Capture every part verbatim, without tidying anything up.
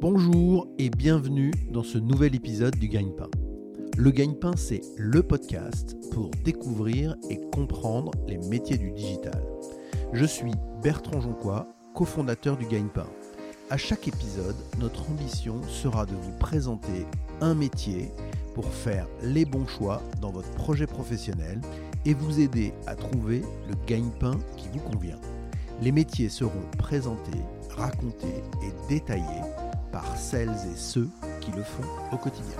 Bonjour et bienvenue dans ce nouvel épisode du Gagne-Pain. Le Gagne-Pain, c'est le podcast pour découvrir et comprendre les métiers du digital. Je suis Bertrand Jonquois, cofondateur du Gagne-Pain. À chaque épisode, notre ambition sera de vous présenter un métier pour faire les bons choix dans votre projet professionnel et vous aider à trouver le gagne-pain qui vous convient. Les métiers seront présentés, racontés et détaillés par celles et ceux qui le font au quotidien.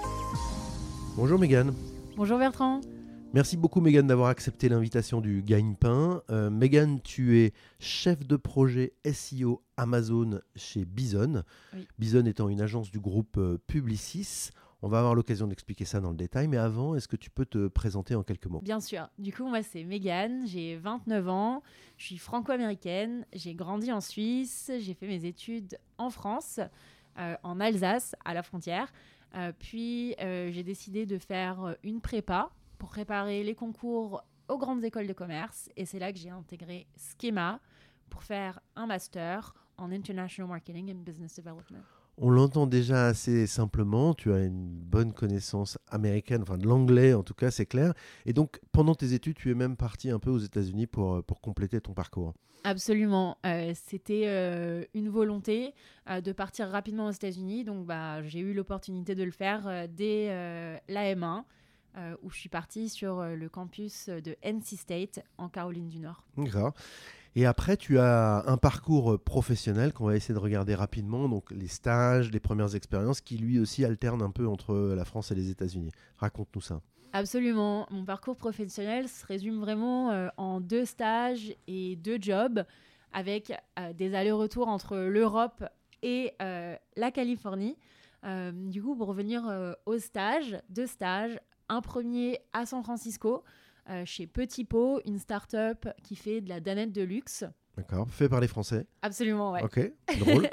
Bonjour Mégane. Bonjour Bertrand. Merci beaucoup Mégane d'avoir accepté l'invitation du Gagne-Pain. Euh, Mégane, tu es chef de projet S E O Amazon chez Bison. Oui. Bison étant une agence du groupe euh, Publicis. On va avoir l'occasion d'expliquer ça dans le détail, mais avant, est-ce que tu peux te présenter en quelques mots ? Bien sûr. Du coup, moi, c'est Mégane, j'ai vingt-neuf ans, je suis franco-américaine, j'ai grandi en Suisse, j'ai fait mes études en France, euh, en Alsace, à la frontière. Euh, puis, euh, j'ai décidé de faire une prépa pour préparer les concours aux grandes écoles de commerce. Et c'est là que j'ai intégré Schema pour faire un master en International Marketing and Business Development. On l'entend déjà assez simplement, tu as une bonne connaissance américaine, enfin de l'anglais en tout cas, c'est clair. Et donc, pendant tes études, tu es même parti un peu aux États-Unis pour, pour compléter ton parcours. Absolument. Euh, c'était euh, une volonté euh, de partir rapidement aux États-Unis. Donc, bah, j'ai eu l'opportunité de le faire euh, dès euh, l'A M un, euh, où je suis partie sur euh, le campus de N C State, en Caroline du Nord. D'accord. Et après, tu as un parcours professionnel qu'on va essayer de regarder rapidement, donc les stages, les premières expériences, qui lui aussi alternent un peu entre la France et les États-Unis. Raconte-nous ça. Absolument. Mon parcours professionnel se résume vraiment euh, en deux stages et deux jobs, avec euh, des allers-retours entre l'Europe et euh, la Californie. Euh, du coup, pour revenir euh, aux stages, deux stages, un premier à San Francisco, Euh, chez Petit Pot, une start-up qui fait de la danette de luxe. D'accord, fait par les Français. Absolument, ouais. Ok, drôle.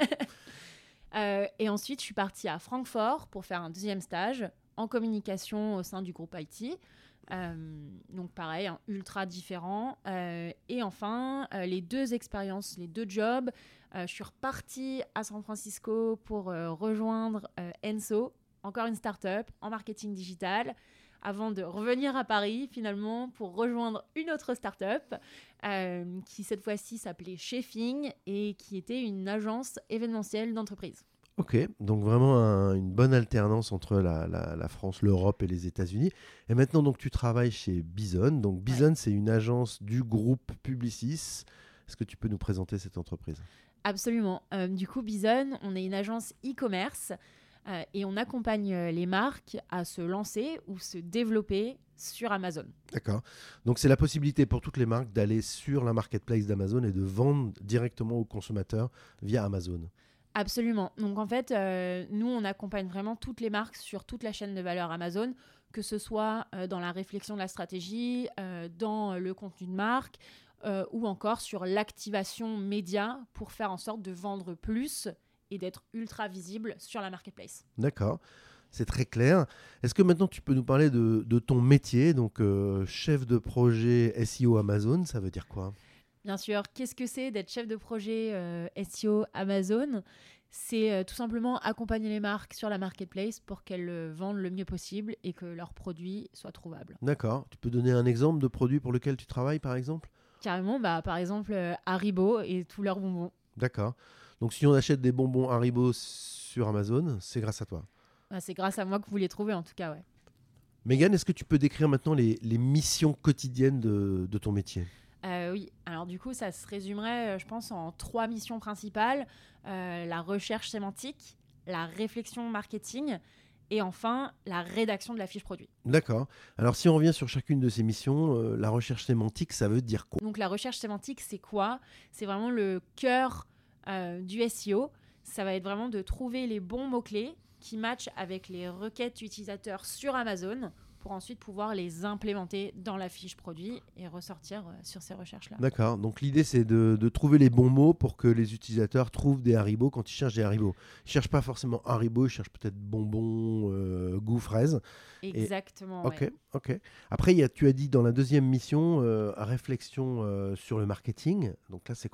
euh, et ensuite, je suis partie à Francfort pour faire un deuxième stage en communication au sein du groupe I T. Euh, donc pareil, hein, ultra différent. Euh, et enfin, euh, les deux expériences, les deux jobs, euh, je suis repartie à San Francisco pour euh, rejoindre euh, Enso, encore une start-up en marketing digital, avant de revenir à Paris, finalement, pour rejoindre une autre start-up euh, qui, cette fois-ci, s'appelait Chefing et qui était une agence événementielle d'entreprise. Ok, donc vraiment un, une bonne alternance entre la, la, la France, l'Europe et les États-Unis. Et maintenant, donc, tu travailles chez Bison. Donc, Bison, ouais. C'est une agence du groupe Publicis. Est-ce que tu peux nous présenter cette entreprise ? Absolument. Euh, du coup, Bison, on est une agence e-commerce Euh, et on accompagne les marques à se lancer ou se développer sur Amazon. D'accord. Donc, c'est la possibilité pour toutes les marques d'aller sur la marketplace d'Amazon et de vendre directement aux consommateurs via Amazon. Absolument. Donc, en fait, euh, nous, on accompagne vraiment toutes les marques sur toute la chaîne de valeur Amazon, que ce soit euh, dans la réflexion de la stratégie, euh, dans le contenu de marque, euh, ou encore sur l'activation média pour faire en sorte de vendre plus et d'être ultra visible sur la marketplace. D'accord, c'est très clair. Est-ce que maintenant tu peux nous parler de, de ton métier, donc euh, chef de projet S E O Amazon, ça veut dire quoi ? Bien sûr, qu'est-ce que c'est d'être chef de projet euh, S E O Amazon ? C'est euh, tout simplement accompagner les marques sur la marketplace pour qu'elles euh, vendent le mieux possible et que leurs produits soient trouvables. D'accord, tu peux donner un exemple de produit pour lequel tu travailles par exemple ? Carrément, bah, par exemple euh, Haribo et tous leurs bonbons. D'accord. Donc, si on achète des bonbons Haribo sur Amazon, c'est grâce à toi. Ah, c'est grâce à moi que vous les trouvez, en tout cas, ouais. Mégane, est-ce que tu peux décrire maintenant les, les missions quotidiennes de, de ton métier ? euh, Oui. Alors, du coup, ça se résumerait, je pense, en trois missions principales. Euh, la recherche sémantique, la réflexion marketing et enfin, la rédaction de la fiche produit. D'accord. Alors, si on revient sur chacune de ces missions, euh, la recherche sémantique, ça veut dire quoi ? Donc, la recherche sémantique, c'est quoi ? C'est vraiment le cœur Euh, du S E O. Ça va être vraiment de trouver les bons mots-clés qui matchent avec les requêtes utilisateurs sur Amazon pour ensuite pouvoir les implémenter dans la fiche produit et ressortir euh, sur ces recherches-là. D'accord. Donc l'idée, c'est de, de trouver les bons mots pour que les utilisateurs trouvent des Haribo quand ils cherchent des Haribo. Ils ne cherchent pas forcément Haribo, ils cherchent peut-être bonbons, euh, goût, fraise. Exactement. Et... Ok, ouais. ok. Après, il y a, tu as dit dans la deuxième mission, euh, réflexion euh, sur le marketing. Donc là, c'est quoi ?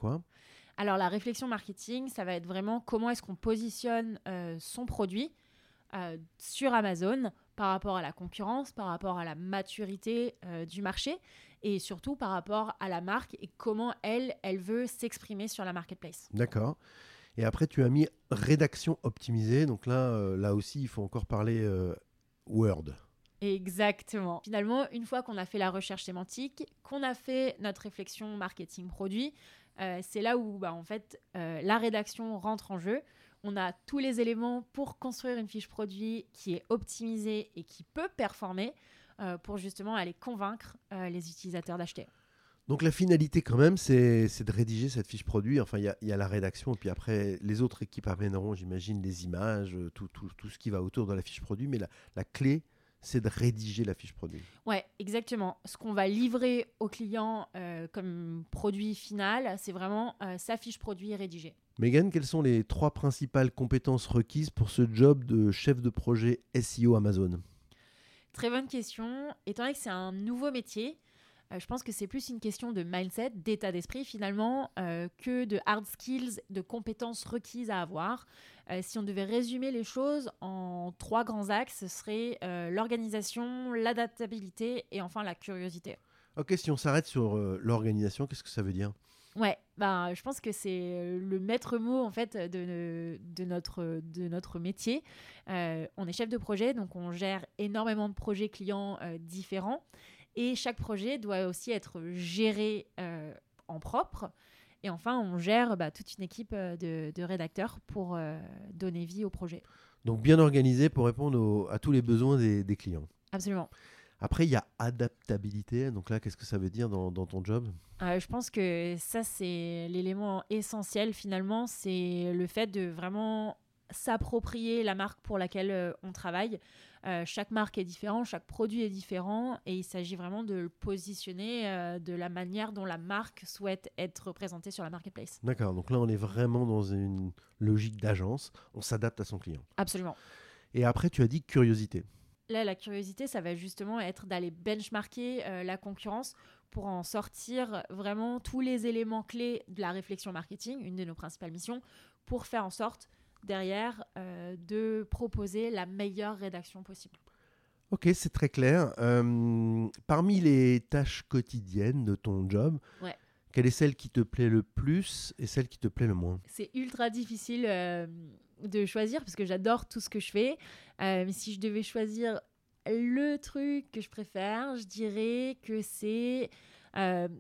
Alors, la réflexion marketing, ça va être vraiment comment est-ce qu'on positionne euh, son produit euh, sur Amazon par rapport à la concurrence, par rapport à la maturité euh, du marché et surtout par rapport à la marque et comment elle, elle veut s'exprimer sur la marketplace. D'accord. Et après, tu as mis rédaction optimisée. Donc là, euh, là aussi, il faut encore parler euh, Word. Exactement. Finalement, une fois qu'on a fait la recherche sémantique, qu'on a fait notre réflexion marketing produit, euh, c'est là où bah, en fait, euh, la rédaction rentre en jeu. On a tous les éléments pour construire une fiche produit qui est optimisée et qui peut performer euh, pour justement aller convaincre euh, les utilisateurs d'acheter. Donc la finalité quand même, c'est, c'est de rédiger cette fiche produit. Enfin, il y a, y a la rédaction et puis après, les autres équipes amèneront, j'imagine, les images, tout, tout, tout ce qui va autour de la fiche produit. Mais la, la clé, c'est de rédiger la fiche produit. Ouais, exactement. Ce qu'on va livrer au client euh, comme produit final, c'est vraiment euh, sa fiche produit rédigée. Megan, quelles sont les trois principales compétences requises pour ce job de chef de projet S E O Amazon ? Très bonne question. Étant donné que c'est un nouveau métier, euh, je pense que c'est plus une question de mindset, d'état d'esprit finalement, euh, que de hard skills, de compétences requises à avoir. Euh, si on devait résumer les choses en trois grands axes, ce serait euh, l'organisation, l'adaptabilité et enfin la curiosité. Ok, si on s'arrête sur euh, l'organisation, qu'est-ce que ça veut dire ? Ouais, ben, je pense que c'est le maître mot en fait de, de, notre, de notre métier. Euh, on est chef de projet, donc on gère énormément de projets clients euh, différents. Et chaque projet doit aussi être géré euh, en propre. Et enfin, on gère bah, toute une équipe de, de rédacteurs pour euh, donner vie au projet. Donc bien organisé pour répondre au- à tous les besoins des, des clients. Absolument. Après, il y a adaptabilité. Donc là, qu'est-ce que ça veut dire dans, dans ton job ? Euh, je pense que ça, c'est l'élément essentiel finalement. C'est le fait de vraiment s'approprier la marque pour laquelle euh, on travaille. Euh, chaque marque est différente, chaque produit est différent et il s'agit vraiment de le positionner euh, de la manière dont la marque souhaite être représentée sur la marketplace. D'accord, donc là on est vraiment dans une logique d'agence, on s'adapte à son client. Absolument. Et après tu as dit curiosité. Là, la curiosité, ça va justement être d'aller benchmarker euh, la concurrence pour en sortir vraiment tous les éléments clés de la réflexion marketing, une de nos principales missions, pour faire en sorte derrière euh, de proposer la meilleure rédaction possible. Ok, c'est très clair. Euh, parmi les tâches quotidiennes de ton job, ouais. quelle est celle qui te plaît le plus et celle qui te plaît le moins ? C'est ultra difficile euh, de choisir parce que j'adore tout ce que je fais. Euh, mais si je devais choisir le truc que je préfère, je dirais que c'est euh,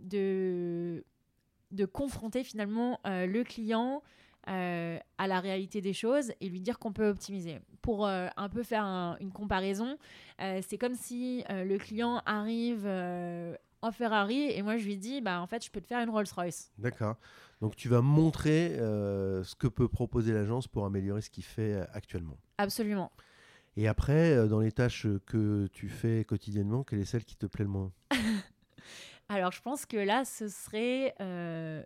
de, de confronter finalement euh, le client Euh, à la réalité des choses et lui dire qu'on peut optimiser. Pour euh, un peu faire un, une comparaison, euh, c'est comme si euh, le client arrive euh, en Ferrari et moi je lui dis bah, en fait je peux te faire une Rolls-Royce. D'accord. Donc tu vas montrer euh, ce que peut proposer l'agence pour améliorer ce qu'il fait actuellement. Absolument. Et après, euh, dans les tâches que tu fais quotidiennement, quelle est celle qui te plaît le moins ? Alors je pense que là ce serait euh,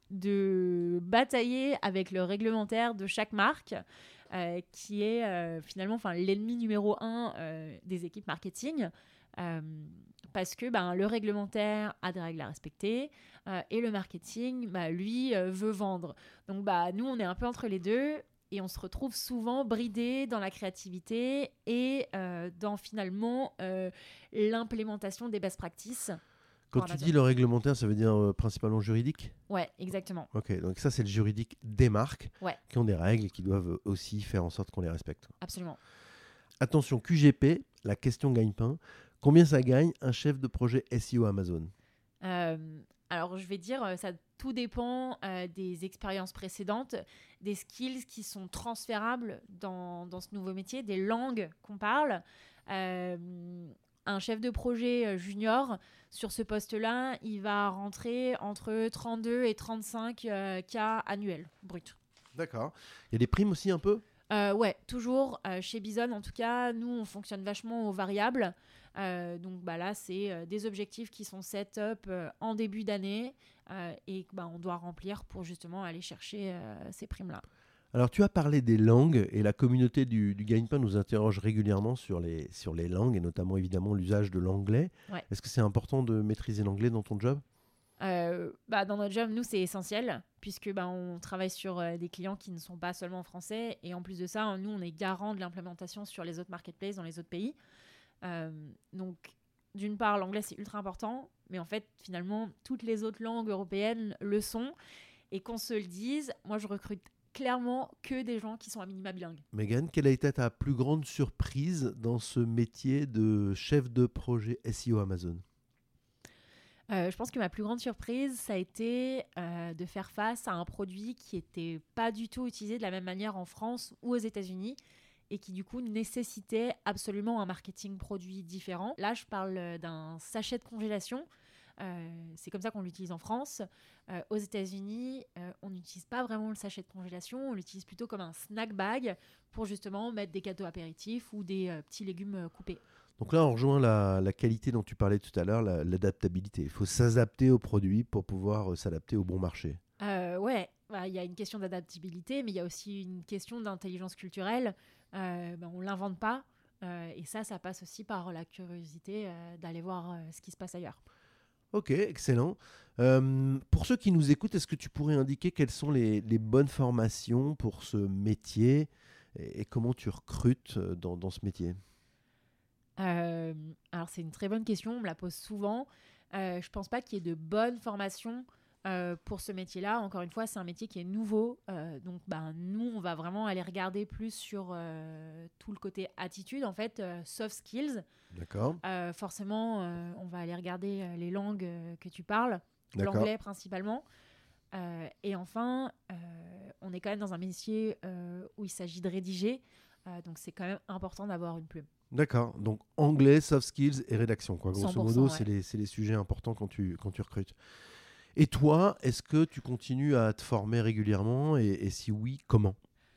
de batailler avec le réglementaire de chaque marque, euh, qui est euh, finalement l'ennemi numéro un euh, des équipes marketing, euh, parce que ben, le réglementaire a des règles à respecter euh, et le marketing, bah, lui, euh, veut vendre. Donc bah, nous, on est un peu entre les deux et on se retrouve souvent bridé dans la créativité et euh, dans finalement euh, l'implémentation des best practices. Quand tu dis le réglementaire, ça veut dire euh, principalement juridique ? Ouais, exactement. Ok, donc ça c'est le juridique des marques ouais. qui ont des règles et qui doivent aussi faire en sorte qu'on les respecte. Absolument. Attention, Q G P, la question gagne-pain. Combien ça gagne un chef de projet S E O Amazon ? euh, Alors je vais dire, ça tout dépend euh, des expériences précédentes, des skills qui sont transférables dans, dans ce nouveau métier, des langues qu'on parle. Euh, un chef de projet junior, sur ce poste-là, il va rentrer entre trente-deux et trente-cinq euh, K annuels, brut. D'accord. Il y a des primes aussi un peu ? euh, Ouais, toujours. Euh, chez Bison, en tout cas, nous, on fonctionne vachement aux variables. Euh, donc bah, là, c'est euh, des objectifs qui sont set-up euh, en début d'année euh, et bah, on doit remplir pour justement aller chercher euh, ces primes-là. Alors, tu as parlé des langues et la communauté du, du Gagne-Pain nous interroge régulièrement sur les, sur les langues et notamment évidemment l'usage de l'anglais. Ouais. Est-ce que c'est important de maîtriser l'anglais dans ton job ? Euh, bah, dans notre job, nous, c'est essentiel, puisque bah, on travaille sur euh, des clients qui ne sont pas seulement français. Et en plus de ça, nous, on est garant de l'implémentation sur les autres marketplaces dans les autres pays. Euh, donc, d'une part, l'anglais, c'est ultra important. Mais en fait, finalement, toutes les autres langues européennes le sont. Et qu'on se le dise, moi, je recrute clairement que des gens qui sont à minima bilingues. Megan, quelle a été ta plus grande surprise dans ce métier de chef de projet S E O Amazon ? Euh, je pense que ma plus grande surprise, ça a été euh, de faire face à un produit qui n'était pas du tout utilisé de la même manière en France ou aux États-Unis et qui du coup nécessitait absolument un marketing produit différent. Là, je parle d'un sachet de congélation. Euh, c'est comme ça qu'on l'utilise en France. Euh, aux États-Unis, euh, on n'utilise pas vraiment le sachet de congélation, on l'utilise plutôt comme un snack bag pour justement mettre des gâteaux apéritifs ou des euh, petits légumes euh, coupés. Donc là, on rejoint la, la qualité dont tu parlais tout à l'heure, la, l'adaptabilité. Il faut s'adapter au produit pour pouvoir euh, s'adapter au bon marché. Euh, ouais, bah, y a une question d'adaptabilité, mais il y a aussi une question d'intelligence culturelle. Euh, bah, on ne l'invente pas. Euh, et ça, ça passe aussi par la curiosité euh, d'aller voir euh, ce qui se passe ailleurs. Ok, excellent. Euh, pour ceux qui nous écoutent, est-ce que tu pourrais indiquer quelles sont les, les bonnes formations pour ce métier et, et comment tu recrutes dans, dans ce métier ? Euh, alors, c'est une très bonne question, on me la pose souvent. Euh, je ne pense pas qu'il y ait de bonnes formations euh, pour ce métier-là. Encore une fois, c'est un métier qui est nouveau. Euh, donc, bah, nous, on va vraiment aller regarder plus sur euh, tout le côté attitude, en fait, euh, soft skills. D'accord. Euh, forcément, euh, on va aller regarder euh, les langues euh, que tu parles, D'accord. l'anglais principalement. Euh, et enfin, euh, on est quand même dans un métier euh, où il s'agit de rédiger. Euh, donc, c'est quand même important d'avoir une plume. D'accord. Donc anglais, soft skills et rédaction, quoi. Grosso cent pour cent, modo, ouais. c'est les, c'est les sujets importants quand tu, quand tu recrutes. Et toi, est-ce que tu continues à te former régulièrement et, et si oui, comment ?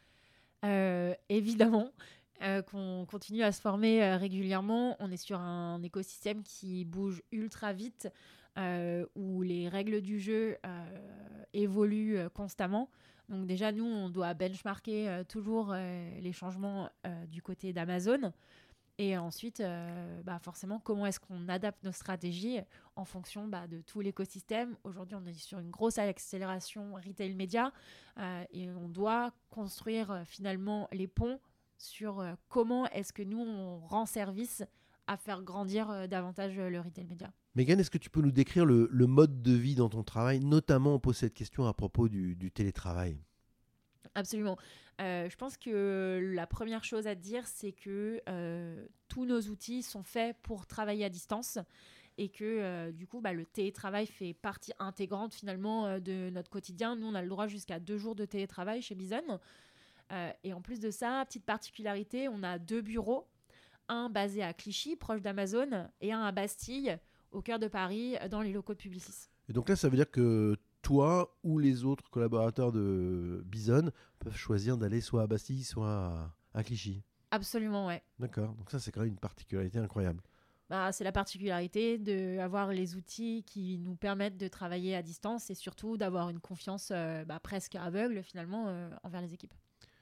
Euh, évidemment, euh, qu'on continue à se former euh, régulièrement. On est sur un écosystème qui bouge ultra vite, euh, où les règles du jeu euh, évoluent euh, constamment. Donc déjà, nous, on doit benchmarker euh, toujours euh, les changements euh, du côté d'Amazon. Et ensuite, euh, bah forcément, comment est-ce qu'on adapte nos stratégies en fonction bah, de tout l'écosystème. Aujourd'hui, on est sur une grosse accélération retail média euh, et on doit construire euh, finalement les ponts sur euh, comment est-ce que nous, on rend service à faire grandir euh, davantage euh, le retail média. Megan, est-ce que tu peux nous décrire le, le mode de vie dans ton travail ? Notamment, on pose cette question à propos du, du télétravail. Absolument. Euh, je pense que la première chose à dire, c'est que euh, tous nos outils sont faits pour travailler à distance et que euh, du coup, bah, le télétravail fait partie intégrante finalement euh, de notre quotidien. Nous, on a le droit jusqu'à deux jours de télétravail chez Bison. Euh, et en plus de ça, petite particularité, on a deux bureaux, un basé à Clichy, proche d'Amazon, et un à Bastille, au cœur de Paris, dans les locaux de Publicis. Et donc là, ça veut dire que toi ou les autres collaborateurs de Bison peuvent choisir d'aller soit à Bastille, soit à, à Clichy. Absolument, ouais. D'accord. Donc ça, c'est quand même une particularité incroyable. Bah, c'est la particularité d'avoir les outils qui nous permettent de travailler à distance et surtout d'avoir une confiance euh, bah, presque aveugle finalement euh, envers les équipes.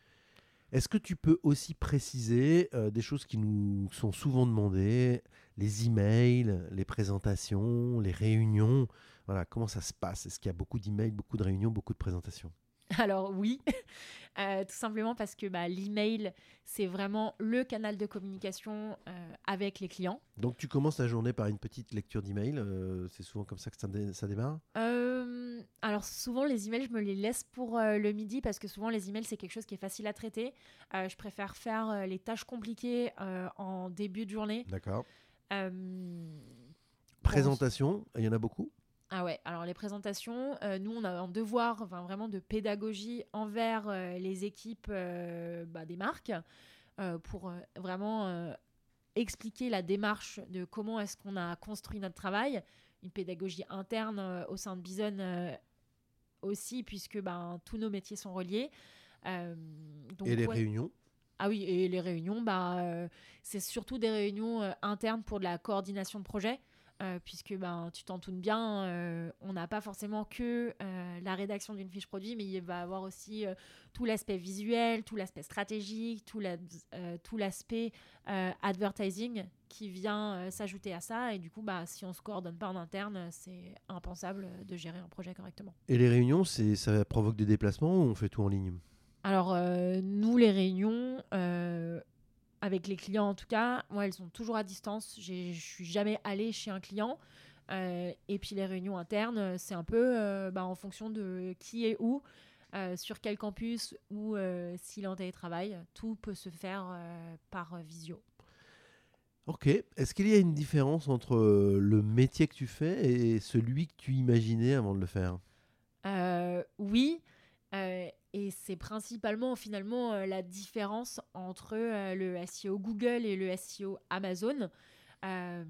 Est-ce que tu peux aussi préciser euh, des choses qui nous sont souvent demandées, les emails, les présentations, les réunions ? Voilà, comment ça se passe ? Est-ce qu'il y a beaucoup d'emails, beaucoup de réunions, beaucoup de présentations ? Alors oui, euh, tout simplement parce que bah, l'email, c'est vraiment le canal de communication euh, avec les clients. Donc tu commences la journée par une petite lecture d'email, euh, c'est souvent comme ça que ça, dé- ça démarre ? Euh, alors souvent les emails, je me les laisse pour euh, le midi parce que souvent les emails, c'est quelque chose qui est facile à traiter. Euh, je préfère faire euh, les tâches compliquées euh, en début de journée. D'accord. Euh, Présentation, il y en a beaucoup ? Ah ouais, alors les présentations, euh, nous on a un devoir enfin, vraiment de pédagogie envers euh, les équipes euh, bah, des marques euh, pour euh, vraiment euh, expliquer la démarche de comment est-ce qu'on a construit notre travail, une pédagogie interne euh, au sein de Bison euh, aussi puisque ben, tous nos métiers sont reliés. Euh, donc, Et les ouais. réunions ? Ah oui, et les réunions, bah, euh, c'est surtout des réunions euh, internes pour de la coordination de projet. euh, puisque ben, tu t'en doutes bien, euh, on n'a pas forcément que euh, la rédaction d'une fiche produit, mais il va y avoir aussi euh, tout l'aspect visuel, tout l'aspect stratégique, tout, la, euh, tout l'aspect euh, advertising qui vient euh, s'ajouter à ça. Et du coup, bah, si on ne se coordonne pas en interne, c'est impensable de gérer un projet correctement. Et les réunions, c'est, ça provoque des déplacements ou on fait tout en ligne ? Alors, euh, nous, les réunions, euh, avec les clients en tout cas, moi, elles sont toujours à distance. Je suis jamais allée chez un client. Euh, et puis, les réunions internes, c'est un peu euh, bah, en fonction de qui est où, euh, sur quel campus ou euh, s'il est en télétravail. Tout peut se faire euh, par visio. Ok. Est-ce qu'il y a une différence entre euh, le métier que tu fais et celui que tu imaginais avant de le faire ? Euh, oui, euh, et c'est principalement finalement euh, la différence entre euh, le S E O Google et le S E O Amazon. Euh,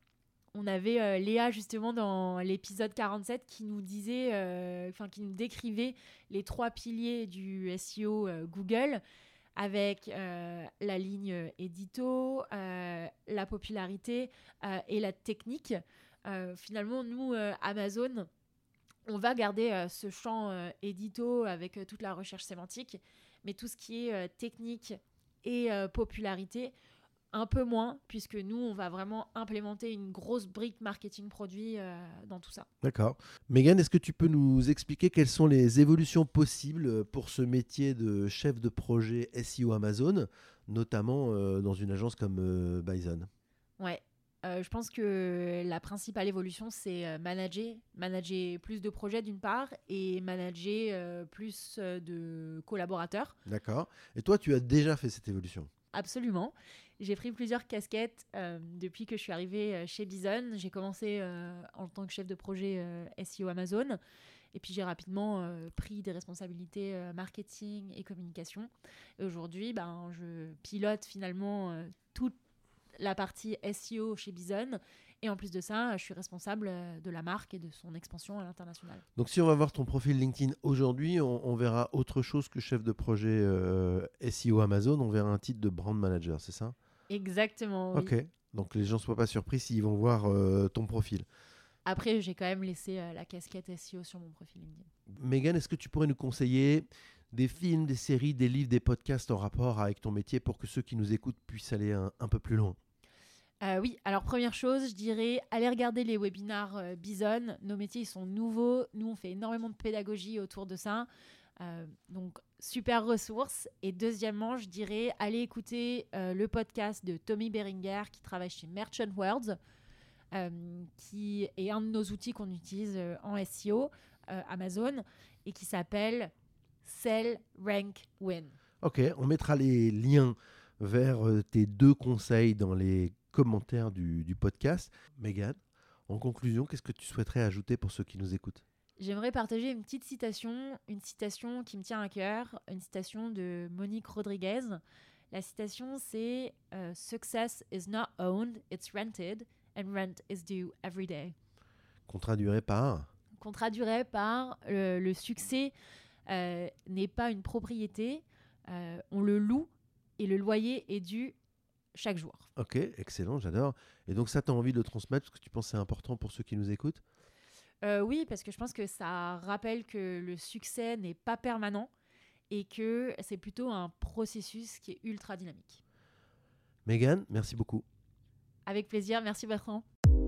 on avait euh, Léa justement dans l'épisode quarante-sept qui nous disait, euh, enfin qui nous décrivait les trois piliers du S E O euh, Google avec euh, la ligne édito, euh, la popularité euh, et la technique. Euh, finalement, nous, euh, Amazon, on va garder euh, ce champ euh, édito avec euh, toute la recherche sémantique, mais tout ce qui est euh, technique et euh, popularité, un peu moins, puisque nous, on va vraiment implémenter une grosse brique marketing produit euh, dans tout ça. D'accord. Megan, est-ce que tu peux nous expliquer quelles sont les évolutions possibles pour ce métier de chef de projet S E O Amazon, notamment euh, dans une agence comme euh, Bison ? Ouais. Euh, je pense que la principale évolution, c'est euh, manager, manager plus de projets d'une part et manager euh, plus euh, de collaborateurs. D'accord. Et toi, tu as déjà fait cette évolution ? Absolument. J'ai pris plusieurs casquettes euh, depuis que je suis arrivée euh, chez Bison. J'ai commencé euh, en tant que chef de projet euh, S E O Amazon. Et puis j'ai rapidement euh, pris des responsabilités euh, marketing et communication. Et aujourd'hui, ben, je pilote finalement euh, toute la partie S E O chez Bison. Et en plus de ça, je suis responsable de la marque et de son expansion à l'international. Donc si on va voir ton profil LinkedIn aujourd'hui, on, on verra autre chose que chef de projet euh, S E O Amazon, on verra un titre de brand manager, c'est ça ? Exactement, oui. Ok, donc les gens ne soient pas surpris s'ils vont voir euh, ton profil. Après, j'ai quand même laissé euh, la casquette S E O sur mon profil LinkedIn. Megan, est-ce que tu pourrais nous conseiller des films, des séries, des livres, des podcasts en rapport avec ton métier pour que ceux qui nous écoutent puissent aller un, un peu plus loin ? Euh, oui, alors première chose, je dirais, allez regarder les webinars euh, Bison. Nos métiers, ils sont nouveaux. Nous, on fait énormément de pédagogie autour de ça. Euh, donc, super ressource. Et deuxièmement, je dirais, allez écouter euh, le podcast de Tommy Beringer qui travaille chez Merchant World, euh, qui est un de nos outils qu'on utilise euh, en S E O, euh, Amazon, et qui s'appelle Sell, Rank, Win. Ok, on mettra les liens vers euh, tes deux conseils dans les commentaires du, du podcast. Megan, en conclusion, qu'est-ce que tu souhaiterais ajouter pour ceux qui nous écoutent ? J'aimerais partager une petite citation, une citation qui me tient à cœur, une citation de Monique Rodriguez. La citation, c'est euh, « Success is not owned, it's rented, and rent is due every day ». Qu'on traduirait par ? Qu'on traduirait par euh, le succès euh, n'est pas une propriété, euh, on le loue et le loyer est dû chaque jour. Ok, excellent, j'adore. Et donc ça, tu as envie de le transmettre parce que tu penses que c'est important pour ceux qui nous écoutent ? Euh, oui, parce que je pense que ça rappelle que le succès n'est pas permanent et que c'est plutôt un processus qui est ultra dynamique. Megan, merci beaucoup. Avec plaisir, merci Bertrand.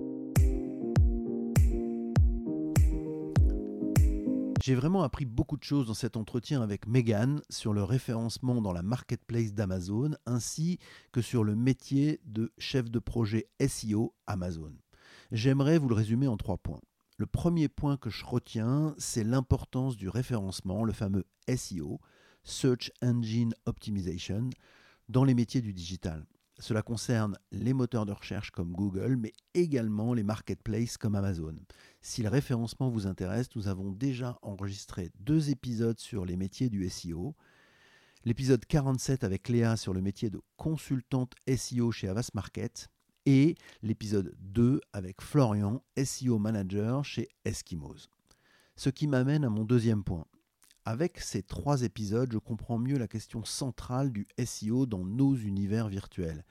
J'ai vraiment appris beaucoup de choses dans cet entretien avec Megan sur le référencement dans la marketplace d'Amazon ainsi que sur le métier de chef de projet S E O Amazon. J'aimerais vous le résumer en trois points. Le premier point que je retiens, c'est l'importance du référencement, le fameux S E O, Search Engine Optimization, dans les métiers du digital. Cela concerne les moteurs de recherche comme Google, mais également les marketplaces comme Amazon. Si le référencement vous intéresse, nous avons déjà enregistré deux épisodes sur les métiers du S E O. L'épisode quarante-sept avec Léa sur le métier de consultante S E O chez Avast Market et l'épisode deux avec Florian, S E O Manager chez Eskimos. Ce qui m'amène à mon deuxième point. Avec ces trois épisodes, je comprends mieux la question centrale du S E O dans nos univers virtuels.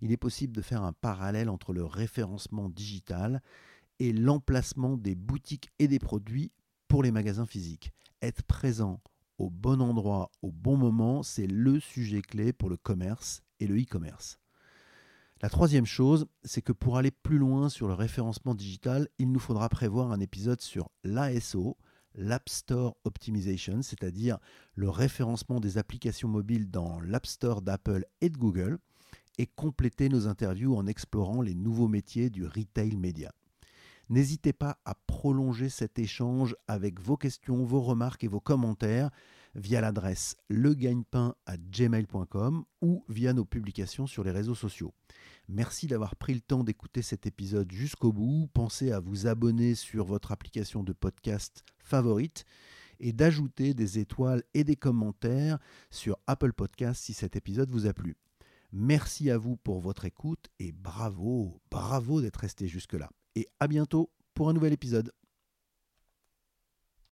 il est possible de faire un parallèle entre le référencement digital et l'emplacement des boutiques et des produits pour les magasins physiques. Être présent au bon endroit, au bon moment, c'est le sujet clé pour le commerce et le e-commerce. La troisième chose, c'est que pour aller plus loin sur le référencement digital, il nous faudra prévoir un épisode sur l'A S O, l'App Store Optimization, c'est-à-dire le référencement des applications mobiles dans l'App Store d'Apple et de Google, et compléter nos interviews en explorant les nouveaux métiers du retail média. N'hésitez pas à prolonger cet échange avec vos questions, vos remarques et vos commentaires via l'adresse legagnepain arobase gmail point com ou via nos publications sur les réseaux sociaux. Merci d'avoir pris le temps d'écouter cet épisode jusqu'au bout. Pensez à vous abonner sur votre application de podcast favorite et d'ajouter des étoiles et des commentaires sur Apple Podcasts si cet épisode vous a plu. Merci à vous pour votre écoute et bravo, bravo d'être resté jusque-là. Et à bientôt pour un nouvel épisode.